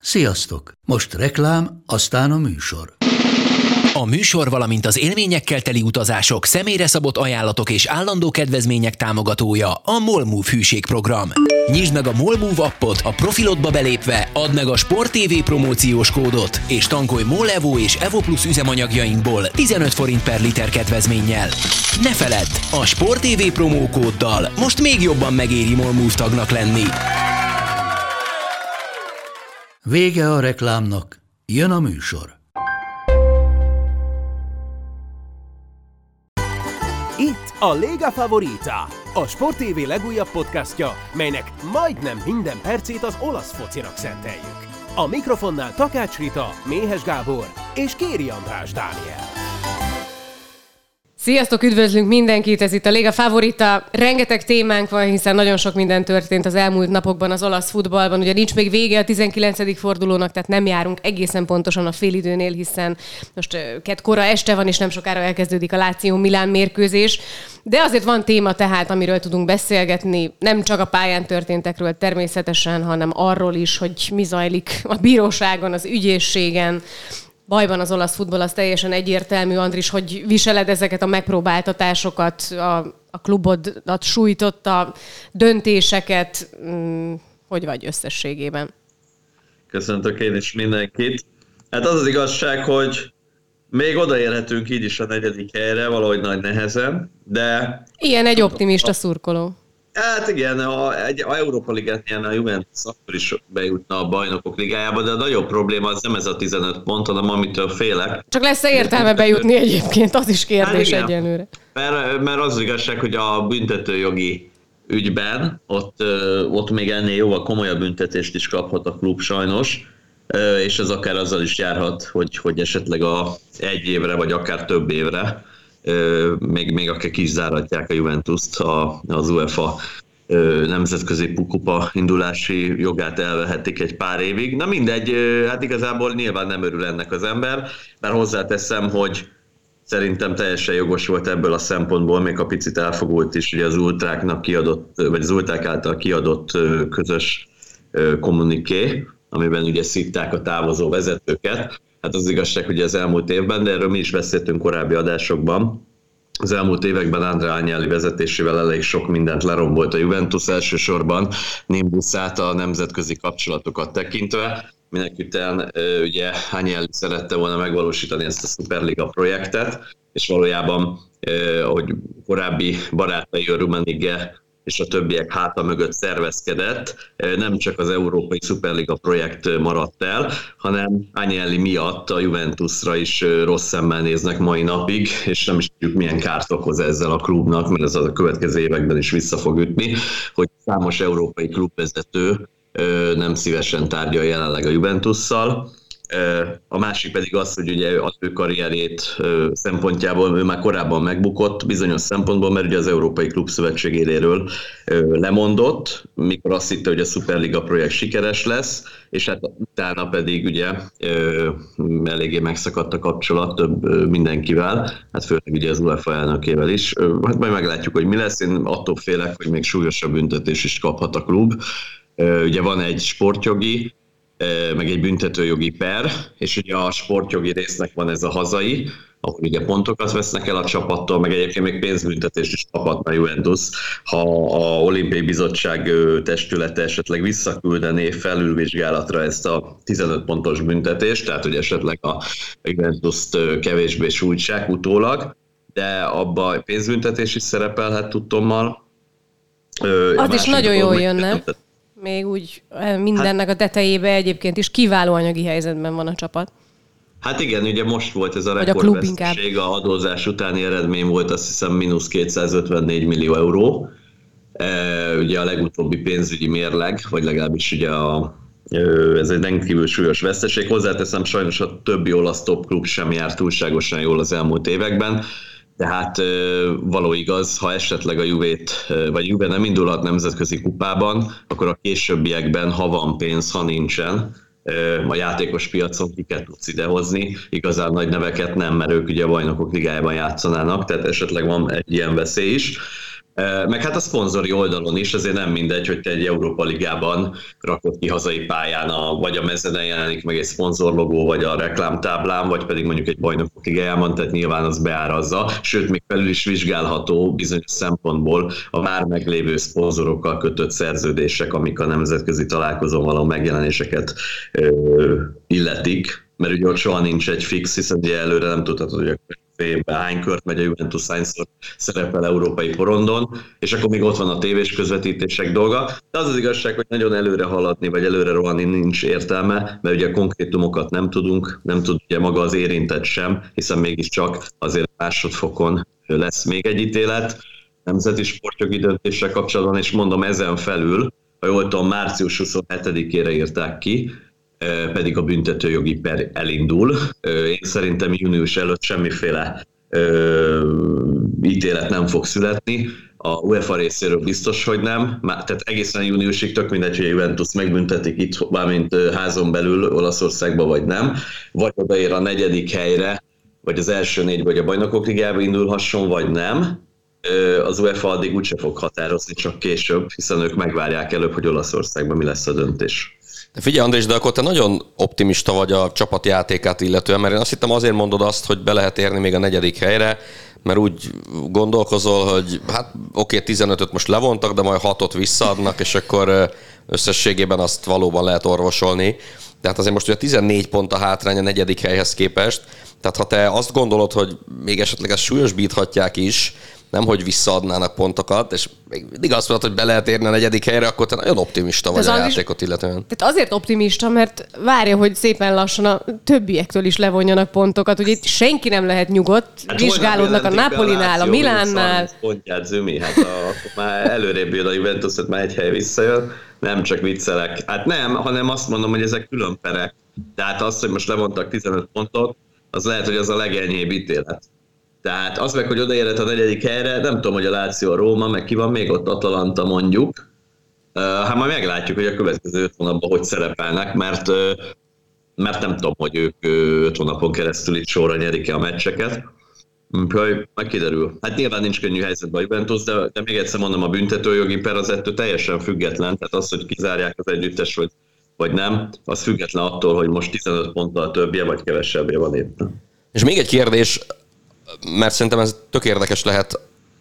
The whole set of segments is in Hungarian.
Sziasztok! Most reklám, aztán a műsor. A műsor, valamint az élményekkel teli utazások, személyre szabott ajánlatok és állandó kedvezmények támogatója a MOL Move hűségprogram. Nyisd meg a MOL Move appot, a profilodba belépve, add meg a Sport TV promóciós kódot, és tankolj MOL Evo és Evo Plus üzemanyagjainkból 15 forint per liter kedvezménnyel. Ne feledd, a Sport TV promókóddal most még jobban megéri MOL Move tagnak lenni. Vége a reklámnak, jön a műsor. Itt a Lega Favorita, a Sport TV legújabb podcastja, melynek majdnem minden percét az olasz focinak szenteljük. A mikrofonnál Takács Rita, Méhes Gábor és Kéri András Dániel. Sziasztok, üdvözlünk mindenkit, ez itt a Lega Favorita. Rengeteg témánk van, hiszen nagyon sok minden történt az elmúlt napokban az olasz futballban. Ugye nincs még vége a 19. fordulónak, tehát nem járunk egészen pontosan a félidőnél, hiszen most kora este van, és nem sokára elkezdődik a Lazio-Milán mérkőzés. De azért van téma tehát, amiről tudunk beszélgetni, nem csak a pályán történtekről természetesen, hanem arról is, hogy mi zajlik a bíróságon, az ügyészségen. Bajban az olasz futball, az teljesen egyértelmű. Andris, hogy viseled ezeket a megpróbáltatásokat, a klubodat sújtotta döntéseket, hogy vagy összességében? Köszöntök én is mindenkit. Hát az igazság, hogy még odaérhetünk így is a 4. helyre, valahogy nagy nehezen, de... Ilyen egy optimista szurkoló. Hát igen, a Európa Ligát nyerne a Juventus, akkor is bejutna a Bajnokok Ligájába, de a nagyobb probléma az nem ez a 15 pont, hanem amitől félek. Csak lesz-e értelme bejutni egyébként? Az is kérdés hát egyenlőre. Mert az igazság, hogy a büntetőjogi ügyben ott még ennél jóval komolyabb büntetést is kaphat a klub sajnos, és ez akár azzal is járhat, hogy esetleg egy évre, vagy akár több évre még akár kizáratják a Juventust, az UEFA nemzetközi kupa indulási jogát elvehetik egy pár évig. Na mindegy, hát igazából nyilván nem örül ennek az ember, mert hozzáteszem, hogy szerintem teljesen jogos volt ebből a szempontból, még a picit elfogult is, ugye az ultráknak kiadott, vagy az ultrák által kiadott közös kommuniké, amiben ugye szitták a távozó vezetőket. Hát az igazság, hogy az elmúlt évben, de erről mi is beszéltünk korábbi adásokban, az elmúlt években Andrea Agnelli vezetésével elég sok mindent lerombolt a Juventus, elsősorban Nimbuszát a nemzetközi kapcsolatokat tekintve. Minek után ugye Agnelli szerette volna megvalósítani ezt a Superliga projektet, és valójában, ahogy korábbi barátai Rummenigge és a többiek háta mögött szervezkedett, nem csak az Európai Szuperliga projekt maradt el, hanem Agnelli miatt a Juventusra is rossz szemmel néznek mai napig, és nem is tudjuk milyen kárt okoz ezzel a klubnak, mert ez a következő években is vissza fog ütni, hogy számos európai klubvezető nem szívesen tárgyal jelenleg a Juventusszal. A másik pedig az, hogy ugye az ő karrierjét szempontjából ő már korábban megbukott bizonyos szempontból, mert ugye az Európai Klubszövetség éléről lemondott, mikor azt hitte, hogy a Superliga projekt sikeres lesz, és hát utána pedig ugye eléggé megszakadt a kapcsolat több mindenkivel, hát főleg ugye az UEFA elnökével is. Hát majd meglátjuk, hogy mi lesz, én attól félek, hogy még súlyosabb büntetés is kaphat a klub. Ugye van egy sportjogi, meg egy büntetőjogi per, és ugye a sportjogi résznek van ez a hazai, ahol ugye pontokat vesznek el a csapattól, meg egyébként még pénzbüntetést is kaphatna a Juventus, ha a Olimpiai Bizottság testülete esetleg visszaküldené felülvizsgálatra ezt a 15 pontos büntetést, tehát hogy esetleg a Juventust kevésbé sújtsák utólag, de abban pénzbüntetés is szerepelhet tudtommal. Az is nagyon jól jönne. Még úgy mindennek a tetejébe egyébként is kiváló anyagi helyzetben van a csapat. Hát igen, ugye most volt ez a rekordveszteség, a adózás utáni eredmény volt azt hiszem mínusz 254 millió euró. Ugye a legutóbbi pénzügyi mérleg, vagy legalábbis ugye ez egy rendkívül súlyos veszteség. Hozzáteszem, sajnos a többi olasz top klub sem járt túlságosan jól az elmúlt években. Tehát való igaz, ha esetleg a Juve nem indulhat nemzetközi kupában, akkor a későbbiekben, ha van pénz, ha nincsen, a játékos piacon kiket tudsz idehozni. Igazán nagy neveket nem, mert ők ugye a Bajnokok Ligájában játszanának, tehát esetleg van egy ilyen veszély is. Meg hát a szponzori oldalon is, azért nem mindegy, hogy te egy Európa Ligában rakod ki hazai pályán, vagy a mezeden jelenik meg egy szponzorlogó, vagy a reklámtáblán, vagy pedig mondjuk egy Bajnokok Ligájában, tehát nyilván az beárazza, sőt, még felül is vizsgálható bizonyos szempontból a már meglévő szponzorokkal kötött szerződések, amik a nemzetközi találkozón való megjelenéseket illetik, mert ugye ott soha nincs egy fix, hiszen ugye előre nem tudhatod, hogy hány kört megy a Juventus, hányszor szerepel európai porondon, és akkor még ott van a tévés közvetítések dolga. De az az igazság, hogy nagyon előre haladni, vagy előre rohanni nincs értelme, mert ugye konkrétumokat nem tudunk, nem tud ugye maga az érintett sem, hiszen mégiscsak azért másodfokon lesz még egy ítélet nemzeti sportjogi döntéssel kapcsolatban, és mondom ezen felül, ha jól tudom, március 27-ére írták ki, pedig a büntetőjogi per elindul. Én szerintem június előtt semmiféle ítélet nem fog születni. A UEFA részéről biztos, hogy nem. Tehát egészen júniusig tök mindegy, hogy a Juventus megbüntetik itt, valamint házon belül Olaszországba, vagy nem. Vagy odaér a 4. helyre, vagy az első 4, vagy a Bajnokok Ligába indulhasson, vagy nem. Az UEFA addig úgyse fog határozni, csak később, hiszen ők megvárják előbb, hogy Olaszországban mi lesz a döntés. De figyelj, Andrés, de akkor te nagyon optimista vagy a csapatjátékát illetően, mert én azt hittem azért mondod azt, hogy be lehet érni még a 4. helyre, mert úgy gondolkozol, hogy hát oké, 15-öt most levontak, de majd 6-ot visszaadnak, és akkor összességében azt valóban lehet orvosolni. Tehát azért most ugye 14 pont a hátrány a 4. helyhez képest, tehát ha te azt gondolod, hogy még esetleg ezt súlyosbíthatják is, nem hogy visszaadnának pontokat, és még mindig azt mondod, hogy be lehet érni a 4. helyre, akkor te nagyon optimista vagy a játékot illetően. Tehát azért optimista, mert várja, hogy szépen lassan a többiektől is levonjanak pontokat. Ugye itt senki nem lehet nyugodt, vizsgálódnak a Napolinál, a Milánnál. Pontját Zümi, hát már előrébb jön a Juventus, már egy hely visszajön. Nem csak viccelek. Hát nem, hanem azt mondom, hogy ezek külön perek. Tehát az, hogy most levontak 15 pontot, az lehet, hogy az a legenyhébb ítélet. Tehát az meg, hogy odaérhet a 4. helyre, nem tudom, hogy a Lazio, a Róma, meg ki van még ott, Atalanta mondjuk. Hát majd meglátjuk, hogy a következő 5 hónapban hogy szerepelnek, mert nem tudom, hogy ők 5 hónapon keresztül itt sorra nyerik-e a meccseket. Úgyhogy meg kiderül. Hát nyilván nincs könnyű helyzetben a Juventus, de még egyszer mondom, a büntetőjogi per az ettől teljesen független, tehát az, hogy kizárják az együttes, vagy nem, az független attól, hogy most 15 ponttal többje, vagy kevesebbje van éppen. És még egy kérdés, mert szerintem ez tök érdekes lehet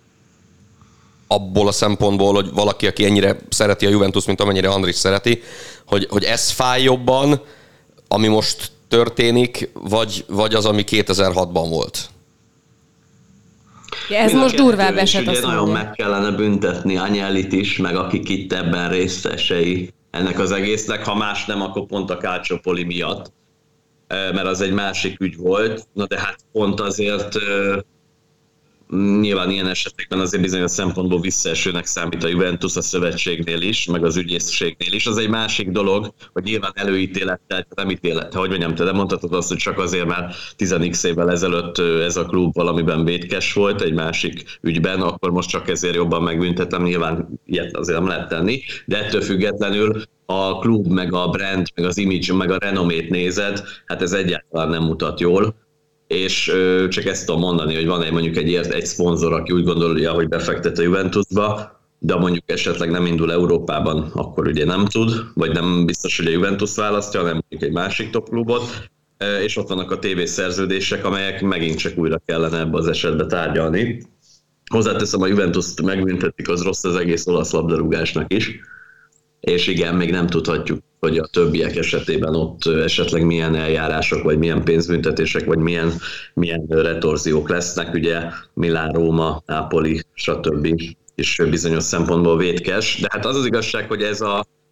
abból a szempontból, hogy valaki, aki ennyire szereti a Juventus, mint amennyire Andris szereti, hogy ez fáj jobban, ami most történik, vagy az, ami 2006-ban volt? Ja, ez most durvább eset, azt nagyon meg kellene büntetni Agnellit is, meg akik itt ebben részesei ennek az egésznek, ha más nem, akkor pont a Calciopoli miatt, mert az egy másik ügy volt, na de hát pont azért nyilván ilyen esetekben azért bizonyos szempontból visszaesőnek számít a Juventus a szövetségnél is, meg az ügyészségnél is. Az egy másik dolog, hogy nyilván előítélettel, nem ítélettel, hogy mondjam, te nem mondhatod azt, hogy csak azért, mert 10x évvel ezelőtt ez a klub valamiben vétkes volt egy másik ügyben, akkor most csak ezért jobban megbüntetem, nyilván ilyet azért nem lehet tenni, de ettől függetlenül a klub, meg a brand, meg az image, meg a renomét nézed, hát ez egyáltalán nem mutat jól. És csak ezt tudom mondani, hogy van mondjuk egy szponzor, aki úgy gondolja, hogy befektet a Juventusba, de mondjuk esetleg nem indul Európában, akkor ugye nem tud, vagy nem biztos, hogy a Juventus választja, hanem mondjuk egy másik top klubot, és ott vannak a tévészerződések, amelyek megint csak újra kellene ebbe az esetbe tárgyalni. Hozzáteszem, a Juventus-t megbüntetik, az rossz az egész olasz labdarúgásnak is, és igen, még nem tudhatjuk, hogy a többiek esetében ott esetleg milyen eljárások, vagy milyen pénzbüntetések, vagy milyen retorziók lesznek, ugye Milán, Róma, Nápoli, stb. És bizonyos szempontból vétkes. De hát az az igazság, hogy ez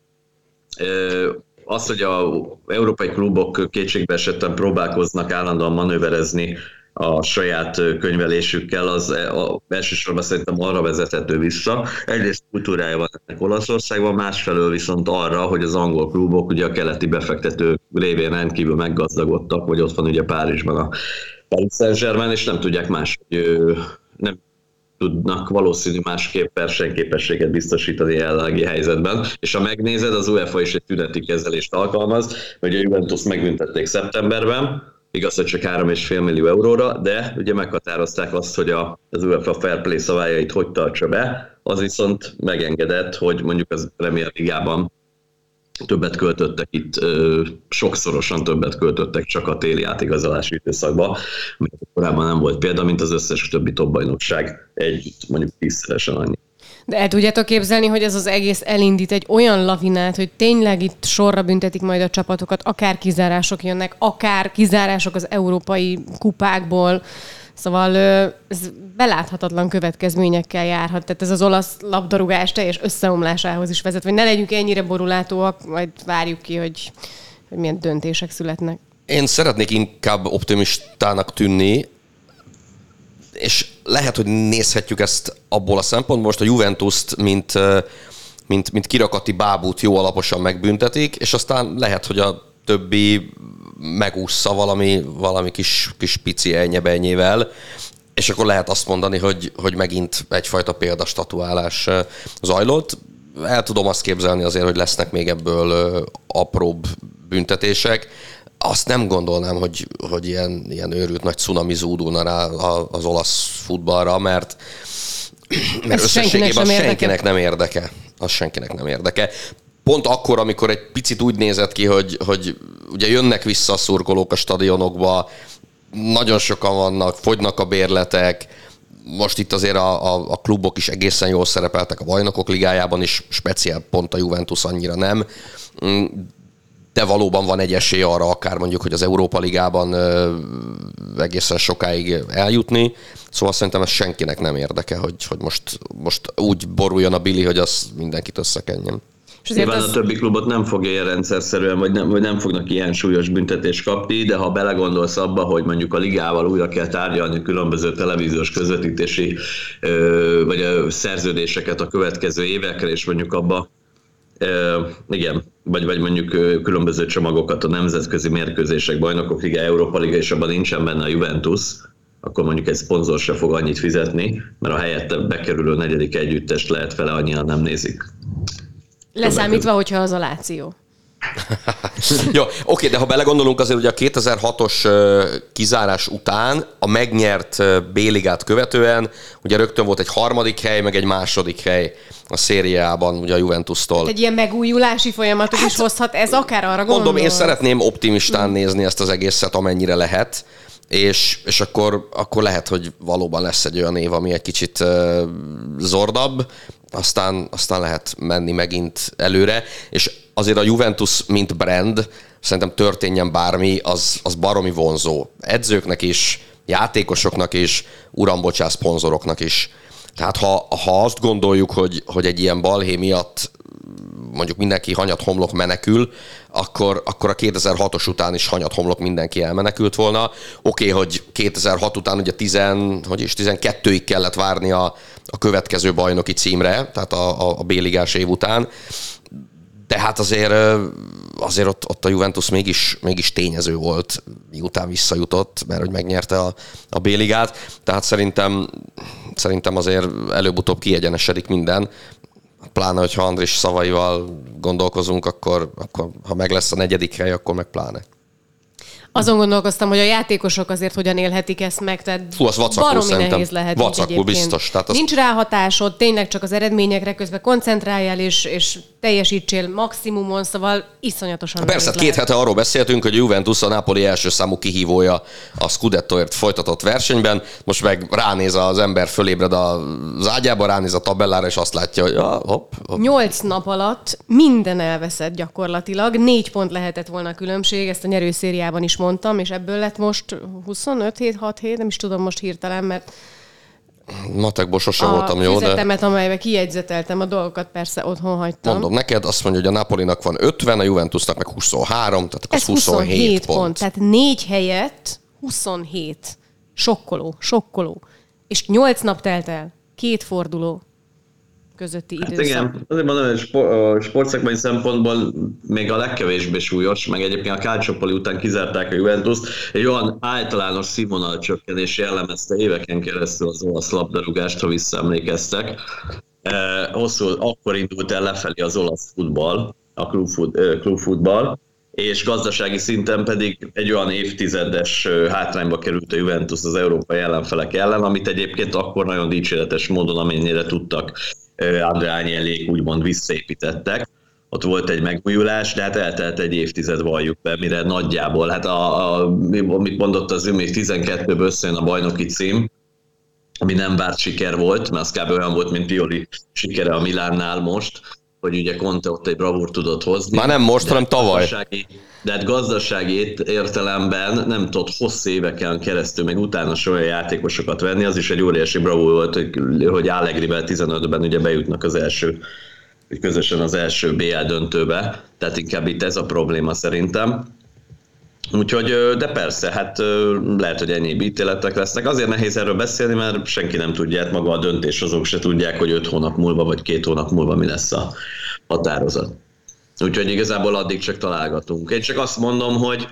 az, hogy az európai klubok kétségbe esetten próbálkoznak állandóan manőverezni a saját könyvelésükkel, az elsősorban szerintem arra vezethető vissza. Egyrészt kultúrája van ennek Olaszországban, másfelől viszont arra, hogy az angol klubok ugye a keleti befektetők révén rendkívül meggazdagodtak, vagy ott van ugye Párizsban a Paris Saint-Germain, és nem tudják nem tudnak valószínű másképp versenyképességet biztosítani jelenlegi helyzetben. És ha megnézed, az UEFA is egy tüneti kezelést alkalmaz, hogy a Juventus megbüntették szeptemberben, igaz, hogy csak 3,5 millió euróra, de ugye meghatározták azt, hogy az UEFA Fair Play szabályait hogy tartsa be, az viszont megengedett, hogy mondjuk az Premier Ligában többet költöttek itt, sokszorosan többet költöttek csak a téli átigazolási időszakban, mert korábban nem volt példa, mint az összes többi top bajnokság együtt, mondjuk 10-szeresen annyi. De el tudjátok képzelni, hogy ez az egész elindít egy olyan lavinát, hogy tényleg itt sorra büntetik majd a csapatokat, akár kizárások jönnek, akár kizárások az európai kupákból. Szóval ez beláthatatlan következményekkel járhat. Tehát ez az olasz labdarúgás teljes összeomlásához is vezet. Vagy ne legyünk ennyire borulátóak, majd várjuk ki, hogy milyen döntések születnek. Én szeretnék inkább optimistának tűnni, és lehet, hogy nézhetjük ezt abból a szempontból, most a Juventust, mint kirakati bábút jó alaposan megbüntetik, és aztán lehet, hogy a többi megúszza valami kis pici ennyebenyével, és akkor lehet azt mondani, hogy megint egyfajta példastatuálás zajlott. El tudom azt képzelni azért, hogy lesznek még ebből apróbb büntetések. Azt nem gondolnám, hogy ilyen őrült nagy cunami zúdulna rá az olasz futballra, mert összességében senkinek nem érdeke. Az senkinek nem érdeke. Pont akkor, amikor egy picit úgy nézett ki, hogy ugye jönnek vissza a szurkolók a stadionokba, nagyon sokan vannak, fogynak a bérletek, most itt azért a klubok is egészen jól szerepeltek a Bajnokok Ligájában is, speciál pont a Juventus annyira nem, de valóban van egy esély arra akár mondjuk, hogy az Európa Ligában egészen sokáig eljutni, szóval szerintem ez senkinek nem érdeke, hogy most úgy boruljon a bili, hogy az mindenkit összekenjen. Nyilván a többi klubot nem fogja ilyen rendszerszerűen, vagy nem fognak ilyen súlyos büntetést kapni, de ha belegondolsz abba, hogy mondjuk a ligával újra kell tárgyalni különböző televíziós közvetítési vagy szerződéseket a következő évekre, és mondjuk abba igen, vagy mondjuk különböző csomagokat a nemzetközi mérkőzések, Bajnokok Liga, Európa Liga, és abban nincsen benne a Juventus, akkor mondjuk egy szponzor se fog annyit fizetni, mert a helyette bekerülő negyedik együttest lehet fele annyian nem nézik. Leszámítva, hogyha az a Láció. Jó, oké, de ha belegondolunk azért, hogy a 2006-os kizárás után a megnyert B-ligát követően ugye rögtön volt egy harmadik hely, meg egy második hely a szériában ugye a Juventustól. Hát egy ilyen megújulási folyamatot is hozhat, ez akár arra gondol. Mondom, én szeretném optimistán nézni ezt az egészet, amennyire lehet, és akkor lehet, hogy valóban lesz egy olyan év, ami egy kicsit zordabb, aztán lehet menni megint előre, és azért a Juventus, mint brand, szerintem történjen bármi, az baromi vonzó. Edzőknek is, játékosoknak is, urambocsás, szponzoroknak is. Tehát ha azt gondoljuk, hogy egy ilyen balhé miatt mondjuk mindenki hanyat-homlok menekül, akkor a 2006-os után is hanyat-homlok mindenki elmenekült volna. Oké, hogy 2006 után ugye 12-ig kellett várni a következő bajnoki címre, tehát a B-ligás év után, de hát azért ott a Juventus mégis tényező volt, miután visszajutott, mert hogy megnyerte a B-ligát, tehát szerintem azért előbb-utóbb kiegyenesedik minden, pláne, hogyha Andris szavaival gondolkozunk, akkor ha meg lesz a negyedik hely, akkor meg pláne. Azon gondolkoztam, hogy a játékosok azért hogyan élhetik ezt meg, tehát baromi nehéz lehet. Vacakul biztos. Tehát nincs ráhatásod, tényleg csak az eredményekre, közben koncentráljál és teljesítsél maximumon, szóval iszonyatosan persze, 2 hete arról beszéltünk, hogy Juventus a Napoli első számú kihívója a Scudettoért folytatott versenyben, most meg ránéz az ember, fölébred az ágyába, ránéz a tabellára, és azt látja, hogy hopp. 8 nap alatt minden elveszett gyakorlatilag, 4 pont lehetett volna a különbség, ezt a nyerőszériában is mondtam, és ebből lett most 25 hét, 6 hét, nem is tudom most hirtelen, mert matekból sosem voltam jó, de... A füzetemet, amelybe kijegyzeteltem a dolgokat, persze otthon hagytam. Mondom neked, azt mondja, hogy a Napolinak van 50, a Juventusnak meg 23, tehát az 27 pont. Tehát 4 helyett 27. Sokkoló. És 8 nap telt el. 2 forduló közötti időszak. Hát igen, azért mondom, hogy a sportszakmai szempontból még a legkevésbé súlyos, meg egyébként a Calciopoli után kizárták a Juventust, egy olyan általános színvonalcsökkenés jellemezte éveken keresztül az olasz labdarúgást, ha visszaemlékeztek. Akkor indult el lefelé az olasz futball, a klubfutball, és gazdasági szinten pedig egy olyan évtizedes hátrányba került a Juventus az európai ellenfelek ellen, amit egyébként akkor nagyon dicséretes módon, amennyire tudtak, Andrea Agnelliék úgymond visszaépítettek. Ott volt egy megújulás, de hát eltelt egy évtized, valljuk be, mire nagyjából, hát amit mondott az még 12-ből összejön a bajnoki cím, ami nem várt siker volt, mert az kb. Olyan volt, mint Pioli sikere a Milánnál most, hogy ugye Conte ott egy bravúr tudott hozni. Már nem most, hanem tavaly. De hát gazdasági értelemben nem tudott hosszú éveken keresztül, meg utána olyan játékosokat venni, az is egy óriási bravúr volt, hogy Allegrivel 15-ben ugye bejutnak közösen az első BL döntőbe, tehát inkább itt ez a probléma szerintem. Úgyhogy, de persze, hát lehet, hogy ennyi ítéletek lesznek. Azért nehéz erről beszélni, mert senki nem tudja, hát maga a döntéshozók se tudják, hogy 5 hónap múlva vagy 2 hónap múlva mi lesz a határozat. Úgyhogy igazából addig csak találgatunk. Én csak azt mondom, hogy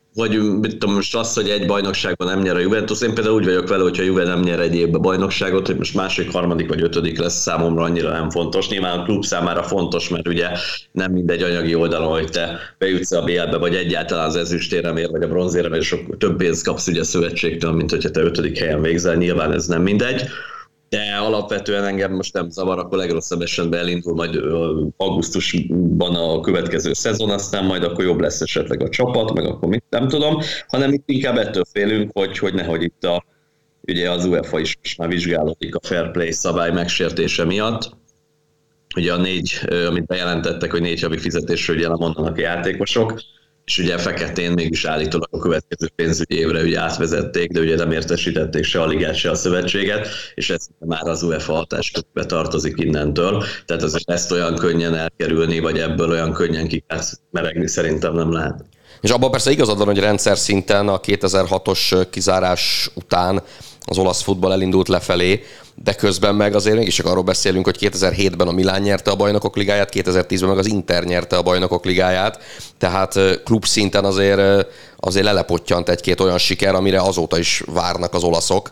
mit tudom, most az, hogy egy bajnokságban nem nyer a Juventus, én például úgy vagyok vele, hogyha a Juve nem nyer egy évben bajnokságot, hogy most második, harmadik vagy ötödik lesz, számomra annyira nem fontos. Nyilván a klub számára fontos, mert ugye nem mindegy anyagi oldalon, hogy te bejutsz a BL-be, vagy egyáltalán az ezüstéremért, vagy a bronzéremért, és sok több pénzt kapsz ugye a szövetségtől, mint hogyha te 5. helyen végzel, nyilván ez nem mindegy. De alapvetően engem most nem zavar, akkor legrosszabb esetben elindul majd augusztusban a következő szezon, aztán majd akkor jobb lesz esetleg a csapat, meg akkor mit nem tudom, hanem itt inkább ettől félünk, hogy nehogy itt ugye az UEFA is most már vizsgálódik a fair play szabály megsértése miatt. Ugye a 4, amit bejelentettek, hogy 4 havi fizetésről ugye lemondanak a játékosok, és ugye feketén mégis állítólag a következő pénzügyi évre ugye átvezették, de ugye nem értesítették se a ligát, se a szövetséget, és ez már az UEFA hatáskörbe tartozik innentől. Tehát azért ezt olyan könnyen elkerülni, vagy ebből olyan könnyen meregni szerintem nem lehet. És abban persze igazad van, hogy rendszer szinten a 2006-os kizárás után az olasz futball elindult lefelé, de közben meg azért mégis csak arról beszélünk, hogy 2007-ben a Milán nyerte a Bajnokok Ligáját, 2010-ben meg az Inter nyerte a Bajnokok Ligáját, tehát klub szinten azért lelepottyant egy-két olyan siker, amire azóta is várnak az olaszok.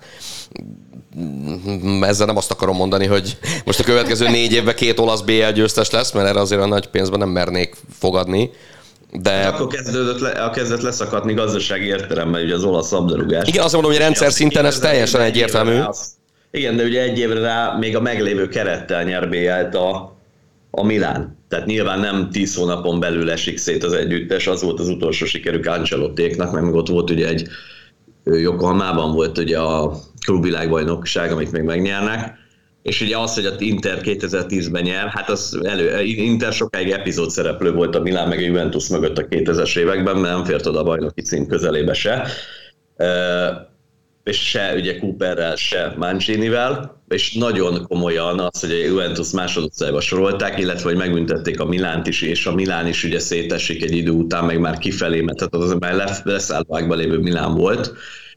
Ezzel nem azt akarom mondani, hogy most a következő 4 évben 2 olasz BL győztes lesz, mert erre azért a nagy pénzben nem mernék fogadni. De akkor kezdett leszakadni gazdasági értelemben ugye az olasz labdarúgás. Igen, azt mondom, hogy rendszer szinten ez teljesen egyértelmű. Igen, de ugye egy évre rá még a meglévő kerettel nyer BL-t a Milán. Tehát nyilván nem 10 hónapon belül esik szét az együttes, az volt az utolsó sikerük Ancelottéknak, meg ott volt ugye egy Yokohamában volt ugye a klubvilágbajnokság, amit még megnyernek. És ugye az, hogy az Inter 2010-ben nyer, hát az Inter sokáig epizód szereplő volt a Milán meg a Juventus mögött a 2000-es években, mert nem fért oda a bajnoki cím közelébe se. És se ugye Cooperrel, se Mancinivel, és nagyon komolyan az, hogy a Juventus másodosztályba sorolták, illetve hogy megbüntették a Milánt is, és a Milán is ugye szétesik egy idő után, meg már kifelé, mert tehát az már leszállóákban lévő Milán volt.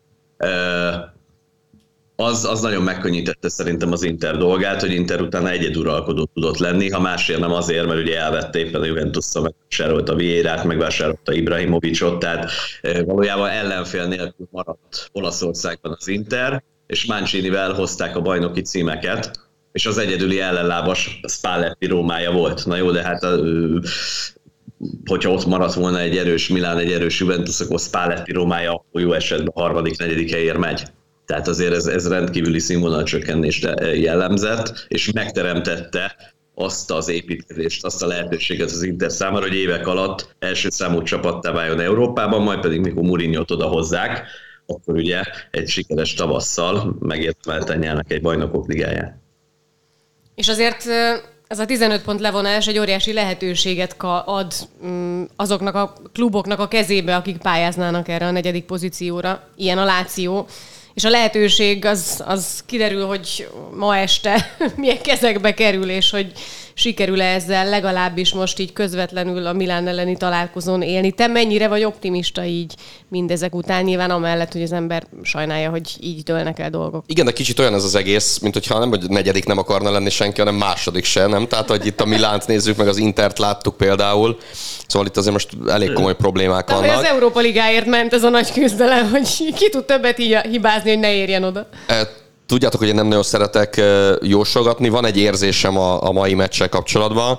Az nagyon megkönnyítette szerintem az Inter dolgát, hogy Inter utána egyeduralkodó tudott lenni, ha másért nem azért, mert ugye elvette éppen a Juventus-szal, megvásárolta Vieirát, megvásárolta Ibrahimovicsot, tehát valójában ellenfél nélkül maradt Olaszországban az Inter, és Mancinivel hozták a bajnoki címeket, és az egyedüli ellenlábas Spalletti Rómája volt. Na jó, de hát hogyha ott maradt volna egy erős Milán, egy erős Juventus, akkor Spalletti Rómája akkor jó esetben a 3.-4. helyért megy. Tehát azért ez rendkívüli színvonalcsökkenést jellemzett, és megteremtette azt az építkezést, azt a lehetőséget az Inter számára, hogy évek alatt első számú csapattá váljon Európában, majd pedig mikor Mourinhót odahozzák, akkor ugye egy sikeres tavasszal megérdemelten nyernek egy bajnokok ligáját. És azért ez a 15 pont levonás egy óriási lehetőséget ad azoknak a kluboknak a kezébe, akik pályáznának erre a 4. pozícióra. Ilyen a Lazio. És a lehetőség az kiderül, hogy ma este milyen kezekbe kerül, és hogy sikerül ezzel legalábbis most így közvetlenül a Milán elleni találkozón élni. Te mennyire vagy optimista így mindezek után? Nyilván amellett, hogy az ember sajnálja, hogy így dőlnek el dolgok. Igen, de kicsit olyan ez az egész, mint hogyha nem, hogy 4. nem akarna lenni senki, hanem második se, nem? Tehát, hogy itt a Milánt nézzük, meg az Intert láttuk például. Szóval itt azért most elég komoly problémák vannak. Az Európa Ligáért ment ez a nagy küzdelem, hogy ki tud többet hibázni, hogy ne érjen oda. Tudjátok, hogy én nem nagyon szeretek jósolgatni. Van egy érzésem a mai meccsel kapcsolatban.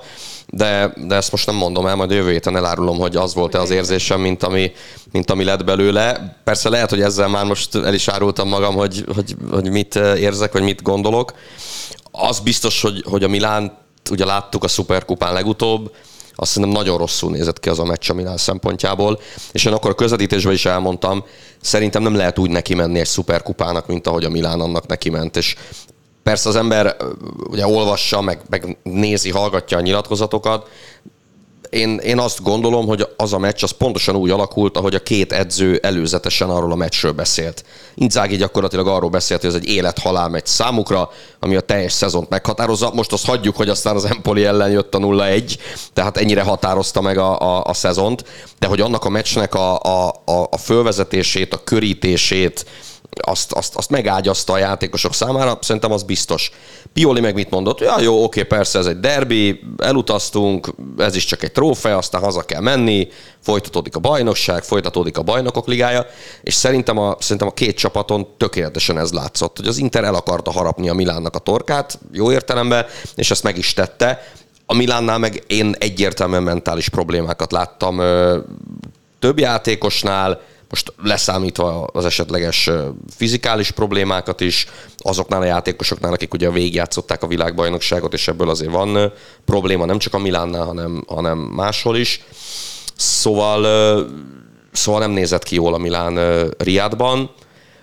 de ezt most nem mondom el, majd jövő héten elárulom, hogy az volt-e az érzésem, mint ami lett belőle. Persze lehet, hogy ezzel már most el is árultam magam, hogy mit érzek, vagy mit gondolok. Az biztos, hogy a Milánt ugye láttuk a Szuperkupán legutóbb, azt szerintem nagyon rosszul nézett ki az a meccs a Milán szempontjából, és én akkor a közvetítésben is elmondtam, szerintem nem lehet úgy neki menni egy Szuperkupának, mint ahogy a Milán annak neki ment, és persze az ember ugye olvassa, meg nézi, hallgatja a nyilatkozatokat. Én azt gondolom, hogy az a meccs az pontosan úgy alakult, ahogy a két edző előzetesen arról a meccsről beszélt. Inzaghi gyakorlatilag arról beszélt, hogy ez egy élet-halál meccs számukra, ami a teljes szezont meghatározza. Most azt hagyjuk, hogy aztán az Empoli ellen jött a 0-1, tehát ennyire határozta meg a szezont, de hogy annak a meccsnek a fölvezetését, a körítését, azt megágyazta a játékosok számára, szerintem az biztos. Pioli meg mit mondott? Ja, jó, oké, persze ez egy derbi, elutaztunk, ez is csak egy trófea, aztán haza kell menni, folytatódik a bajnokság, folytatódik a bajnokok ligája, és szerintem a két csapaton tökéletesen ez látszott, hogy az Inter el akarta harapni a Milánnak a torkát, jó értelemben, és ezt meg is tette. A Milánnál meg én egyértelműen mentális problémákat láttam több játékosnál, most leszámítva az esetleges fizikális problémákat is, azoknál a játékosoknál, akik ugye végigjátszották a világbajnokságot, és ebből azért van probléma, nem csak a Milánnál, hanem máshol is. Szóval nem nézett ki jól a Milán Riadban.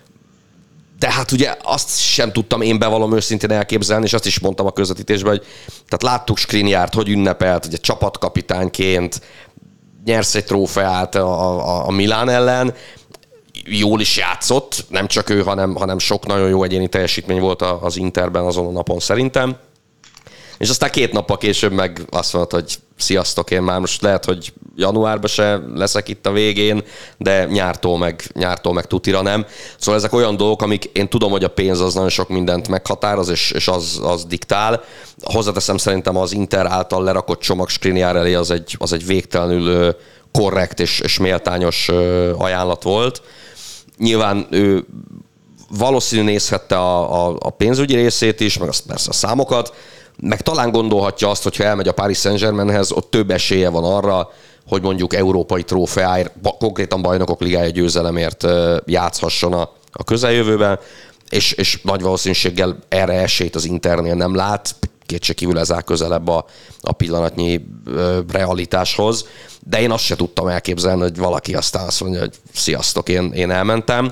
De hát ugye azt sem tudtam én bevallom őszintén elképzelni, és azt is mondtam a közvetítésben, hogy tehát láttuk Skriniart, hogy ünnepelt, ugye csapatkapitányként, nyersz egy trófeát a Milán ellen, jól is játszott, nem csak ő, hanem sok nagyon jó egyéni teljesítmény volt az Interben azon a napon szerintem. És aztán 2 nappal később meg azt mondta, hogy sziasztok, én már most lehet, hogy januárban se leszek itt a végén, de nyártól meg tutira nem. Szóval ezek olyan dolgok, amik én tudom, hogy a pénz az nagyon sok mindent meghatároz, és az diktál. Hozzáteszem, szerintem az Inter által lerakott csomag Skriniar elé az egy végtelenül korrekt és méltányos ajánlat volt. Nyilván ő valószínű nézhette a pénzügyi részét is, meg persze a számokat, meg talán gondolhatja azt, hogyha elmegy a Paris Saint-Germainhez, ott több esélye van arra, hogy mondjuk európai trófeáért, konkrétan bajnokok ligája győzelemért játszhasson a közeljövőben, és nagy valószínűséggel erre esélyt az Internél nem lát, kétségkívül ez áll közelebb a pillanatnyi realitáshoz, de én azt se tudtam elképzelni, hogy valaki aztán azt mondja, hogy sziasztok, én elmentem.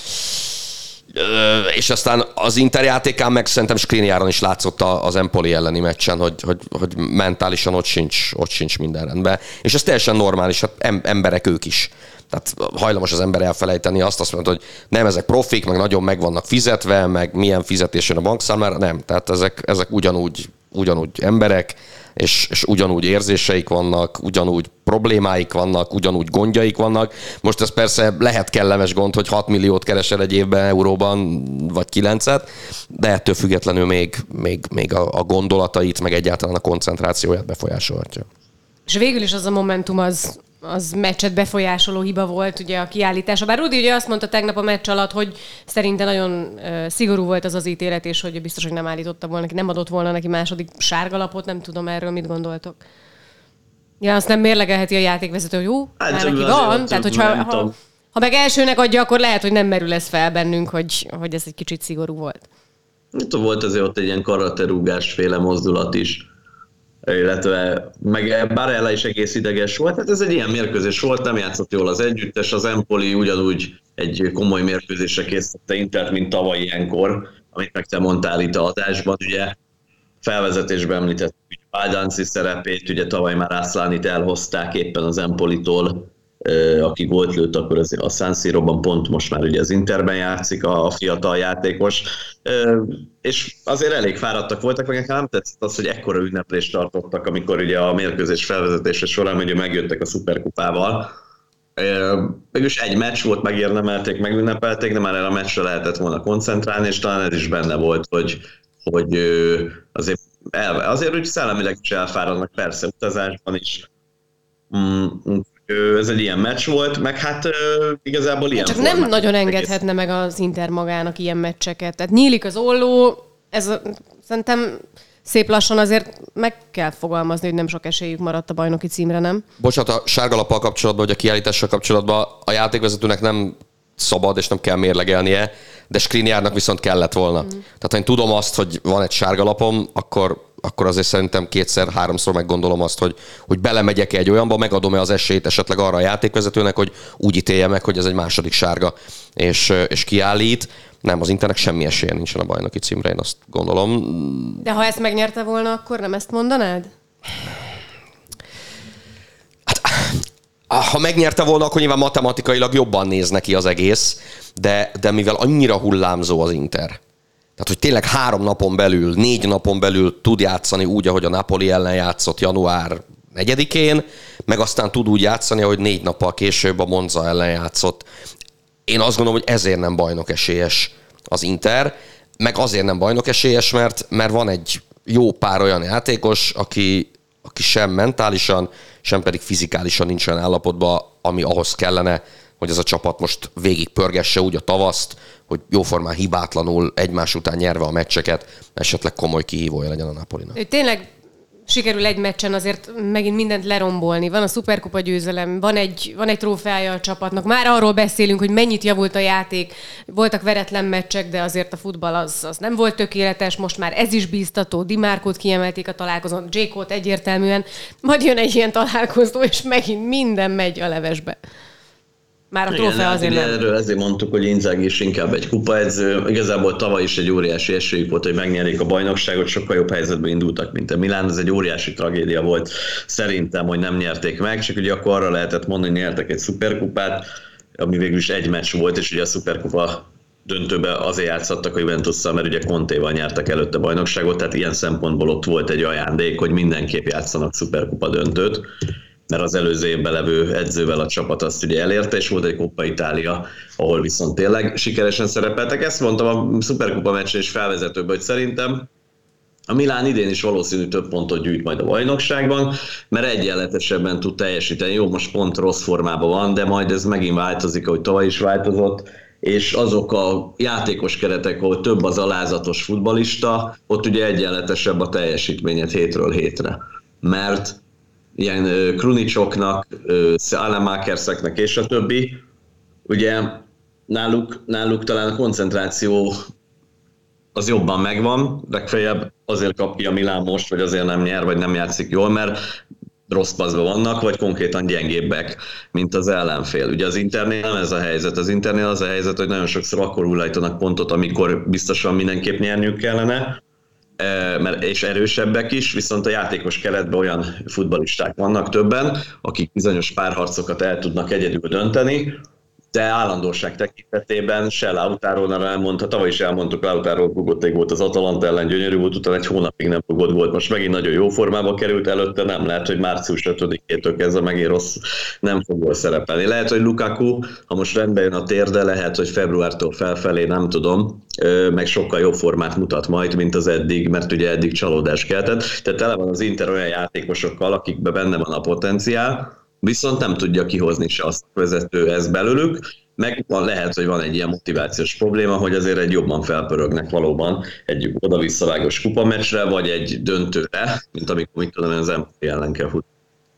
És aztán az Inter játékán meg szerintem Skriniaron is látszott az Empoli elleni meccsen, hogy mentálisan ott sincs minden rendben. És ez teljesen normális, hát emberek ők is. Tehát hajlamos az ember elfelejteni azt mondta, hogy nem, ezek profik, meg nagyon meg vannak fizetve, meg milyen fizetésen a bankszámlára, nem. Tehát ezek ugyanúgy emberek, és ugyanúgy érzéseik vannak, ugyanúgy problémáik vannak, ugyanúgy gondjaik vannak. Most ez persze lehet kellemes gond, hogy 6 milliót keresel egy évben euróban, vagy 9-et, de ettől függetlenül még a gondolatait, meg egyáltalán a koncentrációját befolyásolhatja. És végül is az a momentum az meccset befolyásoló hiba volt, ugye a kiállítása. Bár Rudi ugye azt mondta tegnap a meccs alatt, hogy szerintem nagyon szigorú volt az ítélet, és hogy biztos, hogy nem állította volna neki, nem adott volna neki második sárgalapot, nem tudom erről, mit gondoltok. Ja, azt nem mérlegelheti a játékvezető, hogy jó, már neki van, tehát hogyha ha meg elsőnek adja, akkor lehet, hogy nem merül ez fel bennünk, hogy ez egy kicsit szigorú volt. Volt azért ott egy ilyen karaterúgásféle mozdulat is, illetve meg Barella is egész ideges volt. Hát ez egy ilyen mérkőzés volt, nem játszott jól az együttes, az Empoli ugyanúgy egy komoly mérkőzésre készítette Intert, mint tavaly ilyenkor, amit meg te mondtál itt a adásban, ugye felvezetésben említettük Baldanzi szerepét, ugye tavaly már Aslánit elhozták éppen az Empolitól, aki gólt lőtt, akkor a San Siroban, pont most már ugye az Interben játszik a fiatal játékos, és azért elég fáradtak voltak, meg nekem nem tetszett az, hogy ekkora ünneplést tartottak, amikor ugye a mérkőzés felvezetése során ugye megjöttek a Szuperkupával. Mégis egy meccs volt, megérdemelték, megünnepelték, de már erre a meccsre lehetett volna koncentrálni, és talán ez is benne volt, hogy azért úgy szellemileg is elfáradnak, persze utazásban is. Ez egy ilyen meccs volt, meg hát igazából ilyen. Csak nem nagyon engedhetne meg az Inter magának ilyen meccseket. Tehát nyílik az olló, szerintem szép lassan azért meg kell fogalmazni, hogy nem sok esélyük maradt a bajnoki címre, nem? Bocsánat, a sárgalappal kapcsolatban, vagy a kiállítással kapcsolatban a játékvezetőnek nem szabad és nem kell mérlegelnie, de Skriniarnak viszont kellett volna. Tehát ha én tudom azt, hogy van egy sárgalapom, akkor azért szerintem 2-3-szor meggondolom azt, hogy belemegyek egy olyanba, megadom-e az esélyt esetleg arra a játékvezetőnek, hogy úgy ítélje meg, hogy ez egy második sárga, és kiállít. Nem, az Internek semmi esélye nincsen a bajnoki címre, én azt gondolom. De ha ezt megnyerte volna, akkor nem ezt mondanád? Hát, ha megnyerte volna, akkor nyilván matematikailag jobban néz neki az egész, de mivel annyira hullámzó az Inter, tehát hogy tényleg 3 napon belül, 4 napon belül tud játszani úgy, ahogy a Napoli ellen játszott január 4-én, meg aztán tud úgy játszani, ahogy 4 nappal később a Monza ellen játszott. Én azt gondolom, hogy ezért nem bajnok esélyes az Inter, meg azért nem bajnok esélyes, mert van egy jó pár olyan játékos, aki sem mentálisan, sem pedig fizikálisan nincsen állapotban, ami ahhoz kellene, hogy ez a csapat most végig pörgesse úgy a tavaszt, hogy jóformán hibátlanul egymás után nyerve a meccseket, esetleg komoly kihívója legyen a Napolinak. Tényleg sikerül egy meccsen azért megint mindent lerombolni. Van a szuperkupa győzelem, van egy trófeája a csapatnak. Már arról beszélünk, hogy mennyit javult a játék. Voltak veretlen meccsek, de azért a futball az nem volt tökéletes. Most már ez is bíztató. Di Marcót kiemelték a találkozón, Dzsékót egyértelműen. Majd jön egy ilyen találkozó, és megint minden megy a levesbe. Már a trófea azért nem. Erről ezért mondtuk, hogy Inzaghi is inkább egy kupaedző. Igazából tavaly is egy óriási esélyük volt, hogy megnyerik a bajnokságot, sokkal jobb helyzetben indultak, mint a Milán. Ez egy óriási tragédia volt szerintem, hogy nem nyerték meg, csak ugye akkor arra lehetett mondani, hogy nyertek egy szuperkupát, ami végül is egy meccs volt, és ugye a szuperkupa döntőbe azért játszottak a Juventusszal, mert ugye Contéval nyertek előtte a bajnokságot, tehát ilyen szempontból ott volt egy ajándék, hogy mindenképp játszanak szuperkupa döntőt, mert az előző évben levő edzővel a csapat azt ugye elérte, és volt egy Coppa Italia, ahol viszont tényleg sikeresen szerepeltek. Ezt mondtam a Szuperkupa meccsen és felvezetőben, hogy szerintem a Milán idén is valószínű több pontot gyűjt majd a bajnokságban, mert egyenletesebben tud teljesíteni. Jó, most pont rossz formában van, de majd ez megint változik, ahogy tavaly is változott, és azok a játékos keretek, ahol több az alázatos futballista, ott ugye egyenletesebb a teljesítményed hétről hétre. Mert ilyen Krunicsoknak, Alemakerseknek és a többi, ugye náluk talán a koncentráció az jobban megvan, legfeljebb azért kap ki a Milán most, vagy azért nem nyer, vagy nem játszik jól, mert rossz paszban vannak, vagy konkrétan gyengébbek, mint az ellenfél. Ugye az Internél nem ez a helyzet. Az Internél az a helyzet, hogy nagyon sokszor akkor hullajtanak pontot, amikor biztosan mindenképp nyerniük kellene, és erősebbek is, viszont a játékos keretben olyan futballisták vannak többen, akik bizonyos párharcokat el tudnak egyedül dönteni, de állandóság tekintetében se Lautarónál elmondta, tavaly is elmondtuk, Lautaro rúgott egy gólt az Atalanta ellen, gyönyörű volt, utána egy hónapig nem rúgott gólt, most megint nagyon jó formába került, előtte nem lehet, hogy március 5-től kezdve megint rossz, nem fog jól szerepelni. Lehet, hogy Lukaku, ha most rendben jön a térde, lehet, hogy februártól felfelé, nem tudom, meg sokkal jobb formát mutat majd, mint az eddig, mert ugye eddig csalódás keltett. Tehát tele van az Inter olyan játékosokkal, akikben benne van a potenciál, viszont nem tudja kihozni se azt vezető ezt belőlük, meg lehet, hogy van egy ilyen motivációs probléma, hogy azért egy jobban felpörögnek valóban egy oda-visszavágós kupameccsre, vagy egy döntőre, mint amikor, mit tudom, az Empoli ellen kell futni.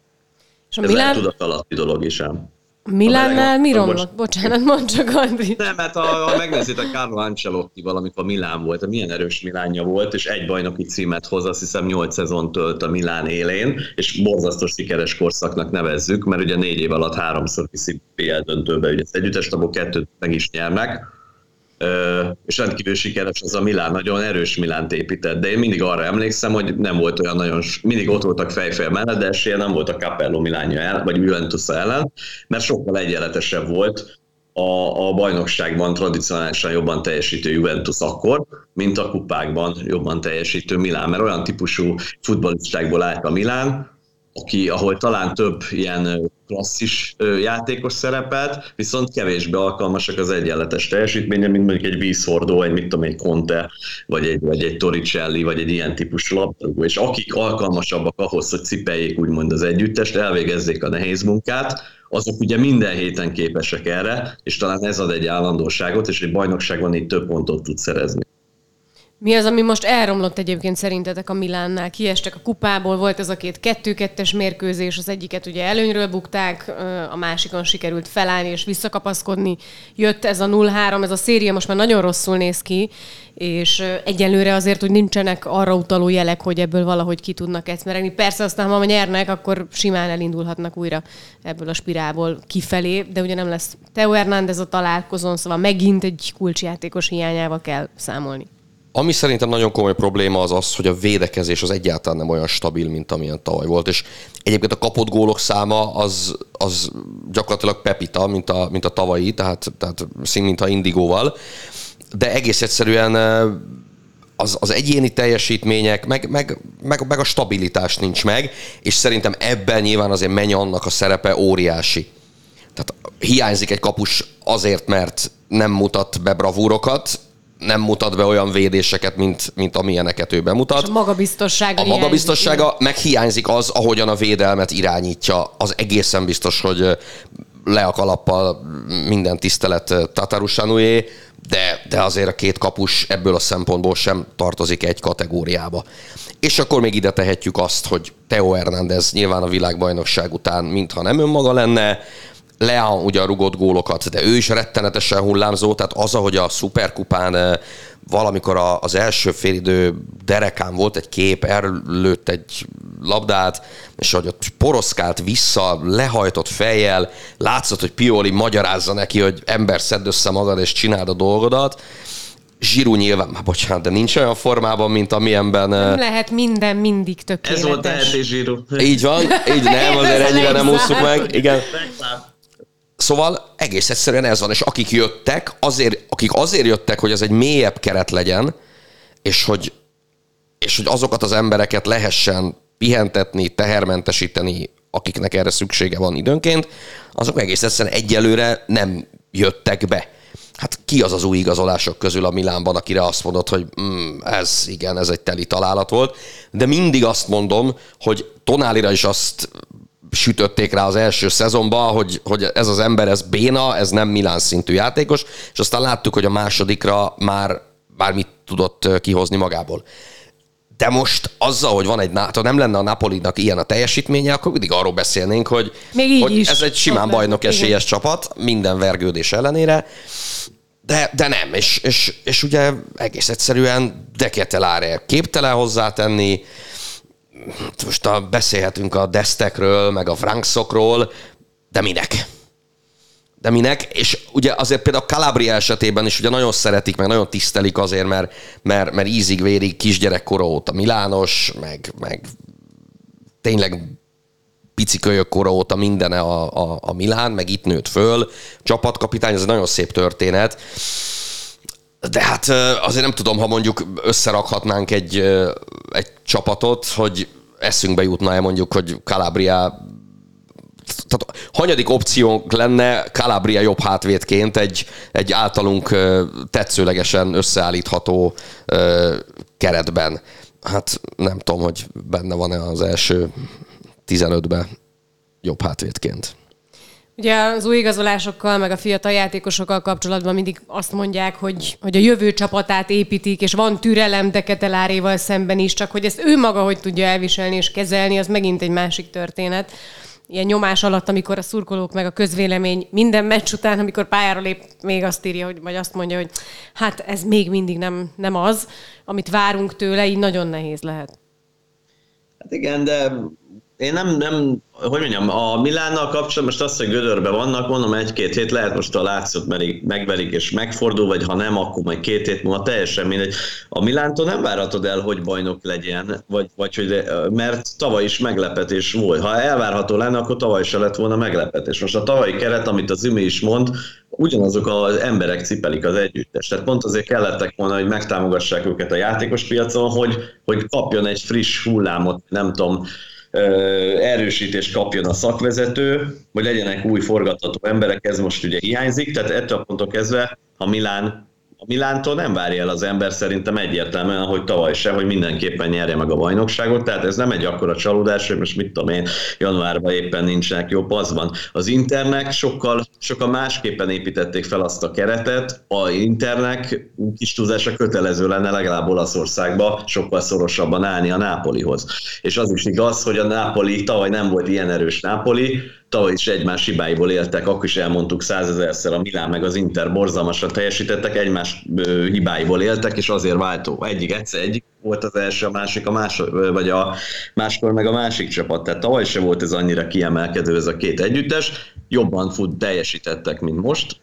Ez Milán... tudatalatti dolog is ám. Milánnál mi romlott? Bocsánat, mondd csak, Andri. Nem, mert ha megnézitek Carlo Ancelottival, amikor Milán volt, milyen erős Milánja volt, és egy bajnoki címet hoz, azt hiszem 8 szezon tölt a Milán élén, és borzasztó sikeres korszaknak nevezzük, mert ugye 4 év alatt 3-szor viszik PL döntőbe, ugye az együttestabok 2 meg is nyernek, és rendkívül sikeres az a Milán, nagyon erős Milánt épített, de én mindig arra emlékszem, hogy nem volt olyan nagyon, mindig ott voltak fejfél mellett, de esélye nem volt a Capello Milánja ellen, vagy Juventus ellen, mert sokkal egyenletesebb volt a bajnokságban tradicionálisan jobban teljesítő Juventus akkor, mint a kupákban jobban teljesítő Milán, mert olyan típusú futballistákból állt a Milán, ahol talán több ilyen klasszis játékos szerepelt, viszont kevésbé alkalmasak az egyenletes teljesítményre, mint mondjuk egy vízhordó, egy Conte, vagy egy Torricelli, vagy egy ilyen típusú labdarúgó. És akik alkalmasabbak ahhoz, hogy cipeljék úgymond az együttest, elvégezzék a nehéz munkát, azok ugye minden héten képesek erre, és talán ez ad egy állandóságot, és egy bajnokságban így több pontot tud szerezni. Mi az, ami most elromlott egyébként szerintetek a Milánnál? Kiestek a kupából, volt ez a 2-2-2-es mérkőzés, az egyiket ugye előnyről bukták, a másikon sikerült felállni és visszakapaszkodni. Jött ez a 0-3, ez a széria most már nagyon rosszul néz ki, és egyelőre azért úgy nincsenek arra utaló jelek, hogy ebből valahogy ki tudnak ecmeregni. Persze aztán, ha nyernek, akkor simán elindulhatnak újra ebből a spirálból kifelé, de ugye nem lesz Theo Hernández a találkozón, szóval megint egy kulcsjátékos hiányával kell számolni. Ami szerintem nagyon komoly probléma az, hogy a védekezés az egyáltalán nem olyan stabil, mint amilyen tavaly volt, és egyébként a kapott gólok száma az gyakorlatilag Pepita, mint a tavalyi, tehát mintha Indigóval, de egész egyszerűen az egyéni teljesítmények, meg a stabilitás nincs meg, és szerintem ebben nyilván azért Maignan-nak a szerepe óriási. Tehát hiányzik egy kapus azért, mert nem mutat be bravúrokat, nem mutat be olyan védéseket, mint amilyeneket ő bemutat. És a magabiztossága. A magabiztossága, meg hiányzik az, ahogyan a védelmet irányítja. Az egészen biztos, hogy le a kalappal minden tisztelet Tatarusanoé, de azért a két kapus ebből a szempontból sem tartozik egy kategóriába. És akkor még ide tehetjük azt, hogy Theo Hernández nyilván a világbajnokság után mintha nem önmaga lenne, Leão ugyan rugott gólokat, de ő is rettenetesen hullámzó, tehát az, ahogy a szuperkupán valamikor az első félidő derekán volt egy kép, előtt egy labdát, és ahogy ott poroszkált vissza, lehajtott fejjel, látszott, hogy Pioli magyarázza neki, hogy ember, szedd össze magad és csináld a dolgodat. Giroud nyilván, bocsánat, de nincs olyan formában, mint amilyenben... Nem lehet minden mindig tökéletes. Ez volt tehetés Giroud. Így van, így nem, azért ennyire nem ússzuk meg. Igen. Szóval egész egyszerűen ez van, és akik azért jöttek, hogy ez egy mélyebb keret legyen, és hogy azokat az embereket lehessen pihentetni, tehermentesíteni, akiknek erre szüksége van időnként, azok egész egyszerűen egyelőre nem jöttek be. Hát ki az új igazolások közül a Milánban, akire azt mondod, hogy ez egy teli találat volt, de mindig azt mondom, hogy Tonálira is azt sütötték rá az első szezonban, hogy ez az ember, ez béna, ez nem Milán szintű játékos, és aztán láttuk, hogy a másodikra már mit tudott kihozni magából. De most azzal, hogy ha nem lenne a Napolinak ilyen a teljesítménye, akkor mindig arról beszélnénk, hogy ez egy simán bajnok esélyes csapat, minden vergődés ellenére, de nem, és ugye egész egyszerűen De Ketelaere képtelen hozzátenni. Most beszélhetünk a Destekről, meg a Franksokról, de minek? És ugye azért például a Calabria esetében is ugye nagyon szeretik, meg nagyon tisztelik azért, mert ízig-vérig kisgyerekkora óta milános, meg tényleg picikölyök kora óta mindene a Milán, meg itt nőtt föl, csapatkapitány, ez egy nagyon szép történet. De hát azért nem tudom, ha mondjuk összerakhatnánk egy csapatot, hogy eszünkbe jutna-e mondjuk, hogy Calabria, tehát hanyadik opciónk lenne Calabria jobb hátvédként egy általunk tetszőlegesen összeállítható keretben. Hát nem tudom, hogy benne van-e az első 15-ben jobb hátvédként. Ugye az új igazolásokkal, meg a fiatal játékosokkal kapcsolatban mindig azt mondják, hogy a jövő csapatát építik, és van türelem De Ketelaeréval szemben is, csak hogy ezt ő maga hogy tudja elviselni és kezelni, az megint egy másik történet. Ilyen nyomás alatt, amikor a szurkolók meg a közvélemény minden meccs után, amikor pályára lép, még azt írja, vagy azt mondja, hogy hát ez még mindig nem az, amit várunk tőle, így nagyon nehéz lehet. Hát igen, de én nem, hogy mondjam, a Milánnal kapcsolatban most azt, hogy gödörben vannak, mondom 1-2 hét, lehet most a Lációt megverik és megfordul, vagy ha nem, akkor majd 2 hét múlva teljesen mindegy. A Milántól nem várhatod el, hogy bajnok legyen, vagy hogy, mert tavaly is meglepetés volt. Ha elvárható lenne, akkor tavaly se lett volna meglepetés. Most a tavalyi keret, amit az Ümi is mond, ugyanazok az emberek cipelik az együttes. Tehát pont azért kellettek volna, hogy megtámogassák őket a játékos piacon, hogy kapjon egy friss hullámot, nem tudom, erősítést kapjon a szakvezető, hogy legyenek új forgatható emberek, ez most ugye hiányzik, tehát ettől a ponttól kezdve, ha Milán A Milántól nem várja el az ember szerintem egyértelműen, hogy tavaly se, hogy mindenképpen nyerje meg a bajnokságot, tehát ez nem egy akkora csalódás, hogy most mit tudom én, januárban éppen nincsenek jó paszban. Az Internek sokkal másképpen építették fel azt a keretet, a Internek kis túlzása kötelező lenne legalább Olaszországba sokkal szorosabban állni a Nápolihoz. És az is igaz, hogy a Nápoli tavaly nem volt ilyen erős Nápoli, tavaly is egymás hibáiból éltek, akkor is elmondtuk 100 000-szer, a Milán meg az Inter borzalmasan teljesítettek, egymás hibáiból éltek, és azért váltó. Egyik volt az első, a másik vagy a máskor meg a másik csapat. Tehát tavaly se volt ez annyira kiemelkedő ez a két együttes, jobban teljesítettek, mint most.